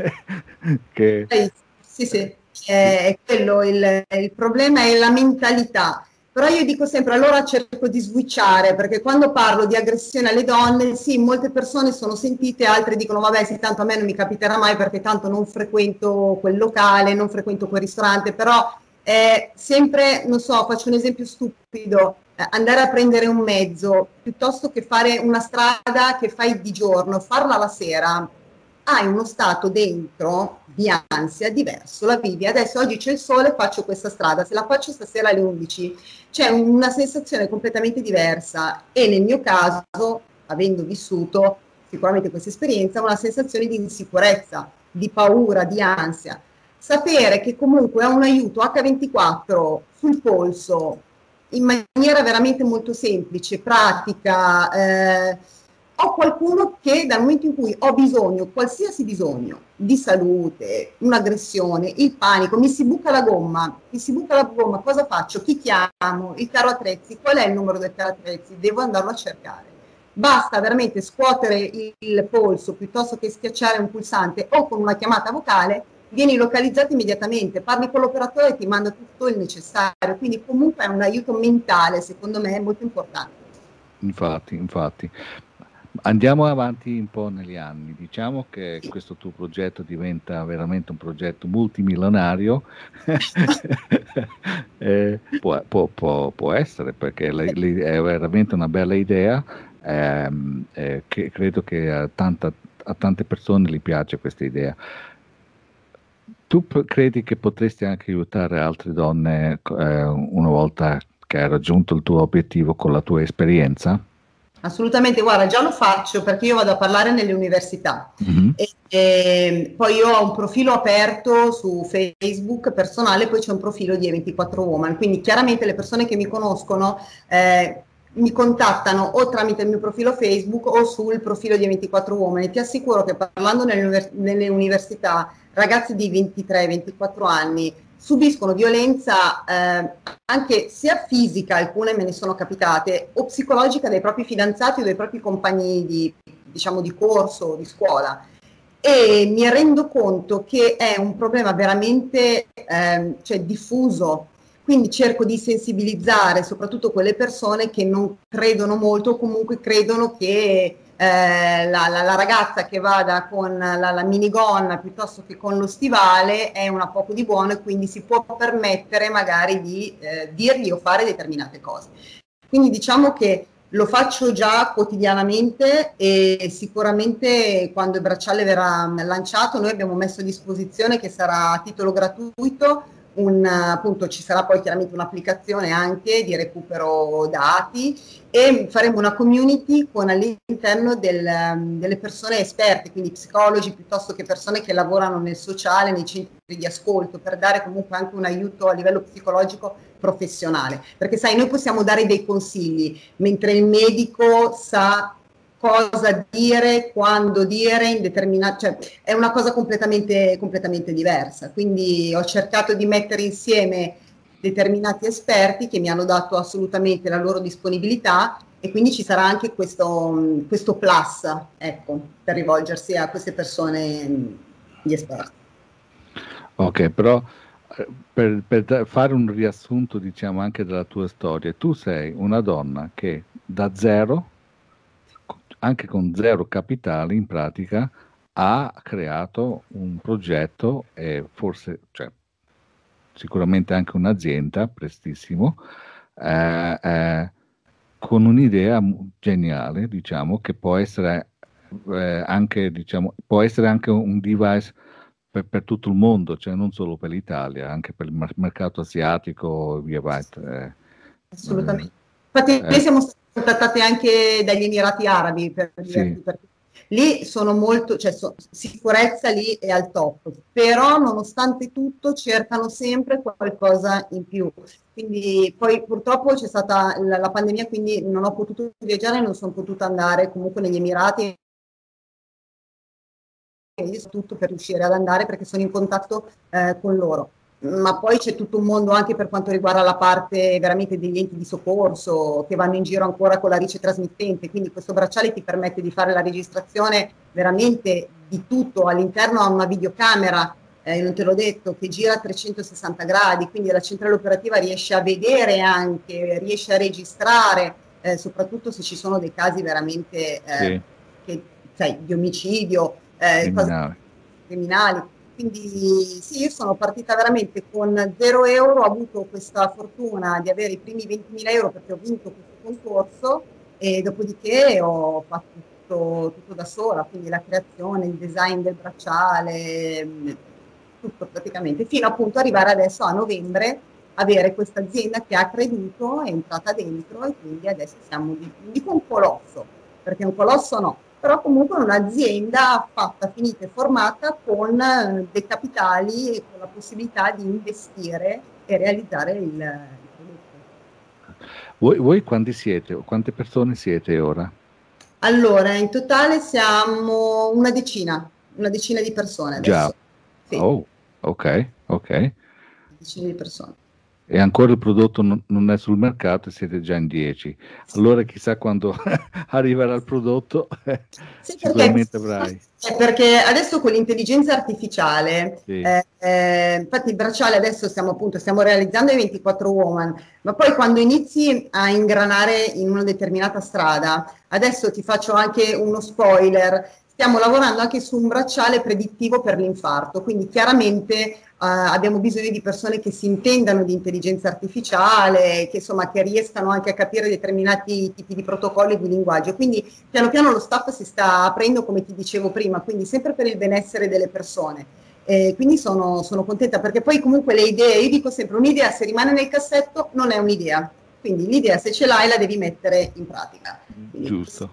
A: che-
C: Eh, sì, sì,
A: eh, sì.
C: è, è quello il, il problema è la mentalità. Però io dico sempre, allora cerco di switchare, perché quando parlo di aggressione alle donne, sì, molte persone sono sentite, altre dicono, vabbè, sì, tanto a me non mi capiterà mai perché tanto non frequento quel locale, non frequento quel ristorante, però è sempre, non so, faccio un esempio stupido, eh, andare a prendere un mezzo, piuttosto che fare una strada che fai di giorno, farla la sera, hai uno stato dentro di ansia diverso, la vivi. Adesso oggi c'è il sole, faccio questa strada, se la faccio stasera alle undici c'è una sensazione completamente diversa e nel mio caso, avendo vissuto sicuramente questa esperienza, una sensazione di insicurezza, di paura, di ansia. Sapere che comunque ho un aiuto acca ventiquattro sul polso in maniera veramente molto semplice, pratica, eh, ho qualcuno che dal momento in cui ho bisogno, qualsiasi bisogno, di salute, un'aggressione, il panico, mi si buca la gomma, mi si buca la gomma, cosa faccio? Chi chiamo? Il caro attrezzi, qual è il numero del caro attrezzi? Devo andarlo a cercare. Basta veramente scuotere il, il polso piuttosto che schiacciare un pulsante o con una chiamata vocale, vieni localizzato immediatamente, parli con l'operatore e ti manda tutto il necessario, quindi comunque è un aiuto mentale, secondo me, molto importante.
A: Infatti, infatti. Andiamo avanti un po' negli anni. Diciamo che questo tuo progetto diventa veramente un progetto multimilionario. Eh, può, può- può- può essere, perché le- le- è veramente una bella idea. Ehm, eh, che credo che a, tanta- a tante persone gli piace questa idea. Tu p- credi che potresti anche aiutare altre donne, eh, una volta che hai raggiunto il tuo obiettivo con la tua esperienza?
C: Assolutamente, guarda, già lo faccio perché io vado a parlare nelle università
A: Mhm.
C: e, e poi io ho un profilo aperto su Facebook personale, poi c'è un profilo di E ventiquattro Woman, quindi chiaramente le persone che mi conoscono, eh, mi contattano o tramite il mio profilo Facebook o sul profilo di ventiquattro Women, e ti assicuro che parlando nelle, univers- nelle università, ragazzi di ventitré ventiquattro anni subiscono violenza eh, anche sia fisica, alcune me ne sono capitate, o psicologica dai propri fidanzati o dai propri compagni di, diciamo, di corso, di scuola. E mi rendo conto che è un problema veramente eh, cioè, diffuso, quindi cerco di sensibilizzare soprattutto quelle persone che non credono molto o comunque credono che eh, la, la, la ragazza che vada con la, la minigonna piuttosto che con lo stivale è una poco di buono e quindi si può permettere magari di eh, dirgli o fare determinate cose. Quindi diciamo che lo faccio già quotidianamente e sicuramente quando il bracciale verrà lanciato noi abbiamo messo a disposizione, che sarà a titolo gratuito, un, appunto ci sarà poi chiaramente un'applicazione anche di recupero dati e faremo una community con all'interno del, delle persone esperte, quindi psicologi piuttosto che persone che lavorano nel sociale, nei centri di ascolto, per dare comunque anche un aiuto a livello psicologico professionale, perché sai, noi possiamo dare dei consigli, mentre il medico sa cosa dire, quando dire, in determinati, cioè è una cosa completamente, completamente diversa. Quindi ho cercato di mettere insieme determinati esperti che mi hanno dato assolutamente la loro disponibilità e quindi ci sarà anche questo, questo plus, ecco, per rivolgersi a queste persone, gli esperti.
A: Ok, però per, per fare un riassunto, diciamo, anche della tua storia, tu sei una donna che da zero, anche con zero capitale, in pratica, ha creato un progetto e forse, cioè, sicuramente anche un'azienda, prestissimo, eh, eh, con un'idea geniale, diciamo, che può essere eh, anche, diciamo, può essere anche un device per, per tutto il mondo, cioè non solo per l'Italia, anche per il mer- mercato asiatico e via vai. Eh,
C: Assolutamente. Infatti
A: eh,
C: noi siamo stati contattati anche dagli Emirati Arabi per
A: sì,
C: dirti, perché lì sono molto, cioè so, sicurezza lì è al top, però nonostante tutto cercano sempre qualcosa in più. Quindi poi purtroppo c'è stata la, la pandemia, quindi non ho potuto viaggiare, non sono potuta andare comunque negli Emirati e io so tutto per riuscire ad andare perché sono in contatto eh, con loro. Ma poi c'è tutto un mondo anche per quanto riguarda la parte veramente degli enti di soccorso che vanno in giro ancora con la rice trasmittente, quindi questo bracciale ti permette di fare la registrazione veramente di tutto, all'interno ha una videocamera, eh, non te l'ho detto, che gira a trecentosessanta gradi, quindi la centrale operativa riesce a vedere anche, riesce a registrare, eh, soprattutto se ci sono dei casi veramente eh,
A: sì,
C: che, sai, di omicidio, eh, cose
A: criminale.
C: criminali. Quindi sì, io sono partita veramente con zero euro, ho avuto questa fortuna di avere i primi ventimila euro perché ho vinto questo concorso e dopodiché ho fatto tutto, tutto da sola, quindi la creazione, il design del bracciale, tutto praticamente, fino appunto ad arrivare adesso a novembre, avere questa azienda che ha creduto, è entrata dentro e quindi adesso siamo, di, dico un colosso, perché un colosso no, però comunque un'azienda fatta, finita e formata con dei capitali e con la possibilità di investire e realizzare il, il prodotto.
A: Voi, voi quanti siete? Quante persone siete ora?
C: Allora, in totale siamo una decina, una decina di persone
A: Già.
C: adesso. Sì, una
A: Oh, ok, ok.
C: decina di persone.
A: E ancora il prodotto non, non è sul mercato e siete già in dieci. Allora chissà quando arriverà il prodotto, eh,
C: Sì, perché,
A: sicuramente avrai.
C: eh, perché adesso con l'intelligenza artificiale,
A: Sì,
C: eh, eh, infatti il bracciale adesso stiamo appunto stiamo realizzando i ventiquattro Woman, ma poi quando inizi a ingranare in una determinata strada, adesso ti faccio anche uno spoiler, stiamo lavorando anche su un bracciale predittivo per l'infarto, quindi chiaramente Uh, abbiamo bisogno di persone che si intendano di intelligenza artificiale, che insomma che riescano anche a capire determinati tipi di protocolli di linguaggio. Quindi piano piano lo staff si sta aprendo, come ti dicevo prima, quindi sempre per il benessere delle persone. Eh, quindi sono, sono contenta perché poi comunque le idee, io dico sempre un'idea se rimane nel cassetto non è un'idea, quindi l'idea se ce l'hai la devi mettere in pratica. Quindi,
A: giusto.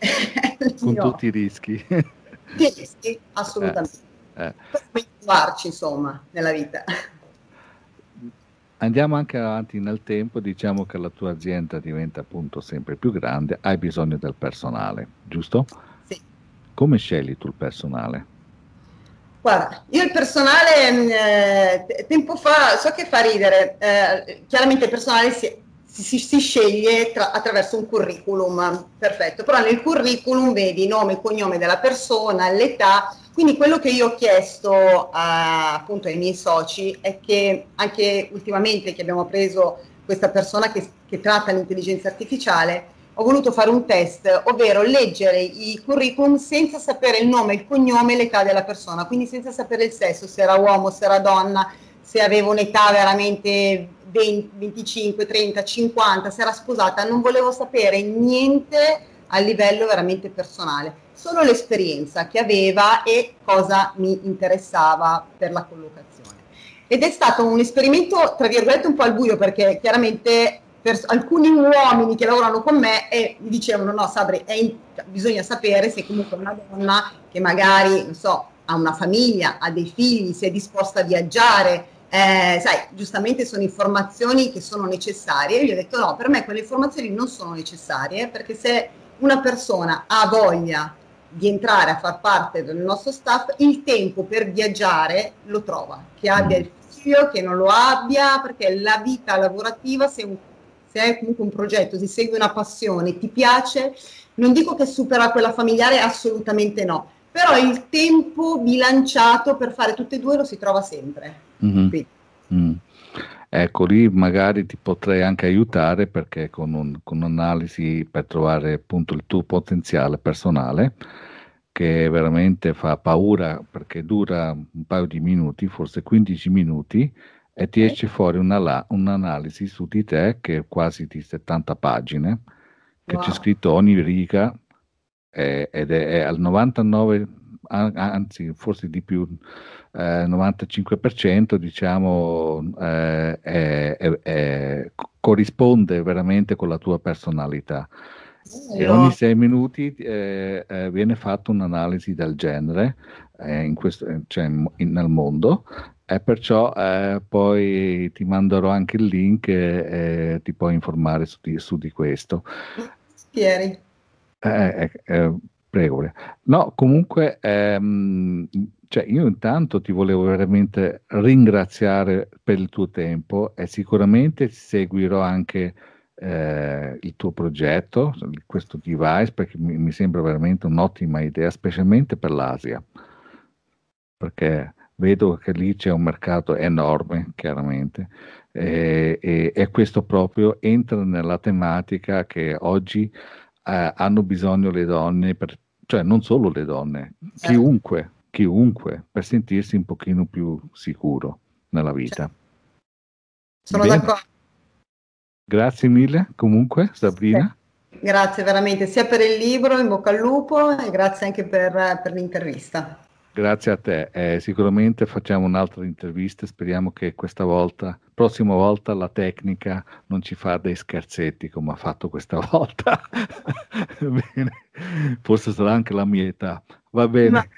A: Con
C: mio,
A: tutti i rischi.
C: sì, sì,
A: Eh,
C: assolutamente.
A: eh.
C: Per trovarci insomma nella vita.
A: andiamo anche avanti nel tempo, diciamo che la tua azienda diventa appunto sempre più grande, hai bisogno del personale, giusto?
C: Sì.
A: Come scegli tu il personale?
C: Guarda, io il personale, eh, tempo fa, so che fa ridere, eh, chiaramente il personale si, si, si sceglie tra, attraverso un curriculum, perfetto, però nel curriculum vedi nome e cognome della persona, l'età, quindi quello che io ho chiesto a, appunto ai miei soci è che anche ultimamente che abbiamo preso questa persona che, che tratta l'intelligenza artificiale, ho voluto fare un test, ovvero leggere i curriculum senza sapere il nome, il cognome e l'età della persona, quindi senza sapere il sesso, se era uomo, se era donna, se aveva un'età veramente venti, venticinque, trenta, cinquanta, se era sposata, non volevo sapere niente a livello veramente personale, solo l'esperienza che aveva e cosa mi interessava per la collocazione. Ed è stato un esperimento, tra virgolette, un po' al buio, perché chiaramente per alcuni uomini che lavorano con me e mi dicevano no Sabri, è in, bisogna sapere se comunque una donna che magari, non so, ha una famiglia, ha dei figli, si è disposta a viaggiare, eh, sai, giustamente sono informazioni che sono necessarie. Io gli ho detto no, per me quelle informazioni non sono necessarie, perché se una persona ha voglia di entrare a far parte del nostro staff, il tempo per viaggiare lo trova, che abbia il figlio, che non lo abbia, perché la vita lavorativa, se, un, se è comunque un progetto, si segue una passione, ti piace, non dico che supera quella familiare, assolutamente no, però il tempo bilanciato per fare tutte e due lo si trova sempre.
A: Mm-hmm. Mm. Ecco, lì magari ti potrei anche aiutare, perché con, un, con un'analisi per trovare appunto il tuo potenziale personale, che veramente fa paura, perché dura un paio di minuti, forse quindici minuti, e ti esce fuori una, un'analisi su di te che è quasi di settanta pagine, che wow. C'è scritto ogni riga, eh, ed è, è al novantanove, anzi forse di più, eh, novantacinque per cento diciamo, eh, è, è, è, corrisponde veramente con la tua personalità. E ogni sei minuti eh, eh, viene fatta un'analisi del genere eh, in questo, cioè in, in, nel mondo, e perciò eh, poi ti manderò anche il link e eh, ti puoi informare su di, su di questo.
C: Pieri.
A: Eh, eh, prego. No, comunque, ehm, cioè io intanto ti volevo veramente ringraziare per il tuo tempo, e sicuramente seguirò anche eh, il tuo progetto, questo device, perché mi, mi sembra veramente un'ottima idea, specialmente per l'Asia, perché vedo che lì c'è un mercato enorme, chiaramente, e, e, e questo proprio entra nella tematica che oggi eh, hanno bisogno le donne, per, cioè non solo le donne, chiunque, chiunque, per sentirsi un pochino più sicuro nella vita.
C: Sono
A: Bene.
C: d'accordo.
A: Grazie mille comunque, Sabrina.
C: Sì. Grazie veramente sia per il libro, in bocca al lupo, e grazie anche per, per l'intervista.
A: Grazie a te, eh, sicuramente facciamo un'altra intervista, speriamo che questa volta, prossima volta, la tecnica non ci fa dei scherzetti come ha fatto questa volta. Bene, forse sarà anche la mia età, va bene.
C: Ma...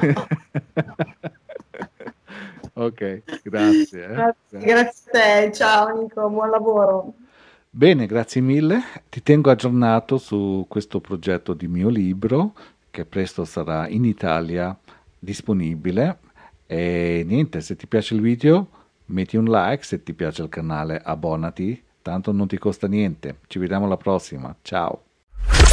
A: Ok, grazie, eh.
C: grazie. Grazie a te, ciao Nico, buon lavoro.
A: Bene, grazie mille, ti tengo aggiornato su questo progetto di mio libro, che presto sarà in Italia disponibile. E niente, se ti piace il video metti un like, se ti piace il canale abbonati, tanto non ti costa niente. Ci vediamo alla prossima, ciao.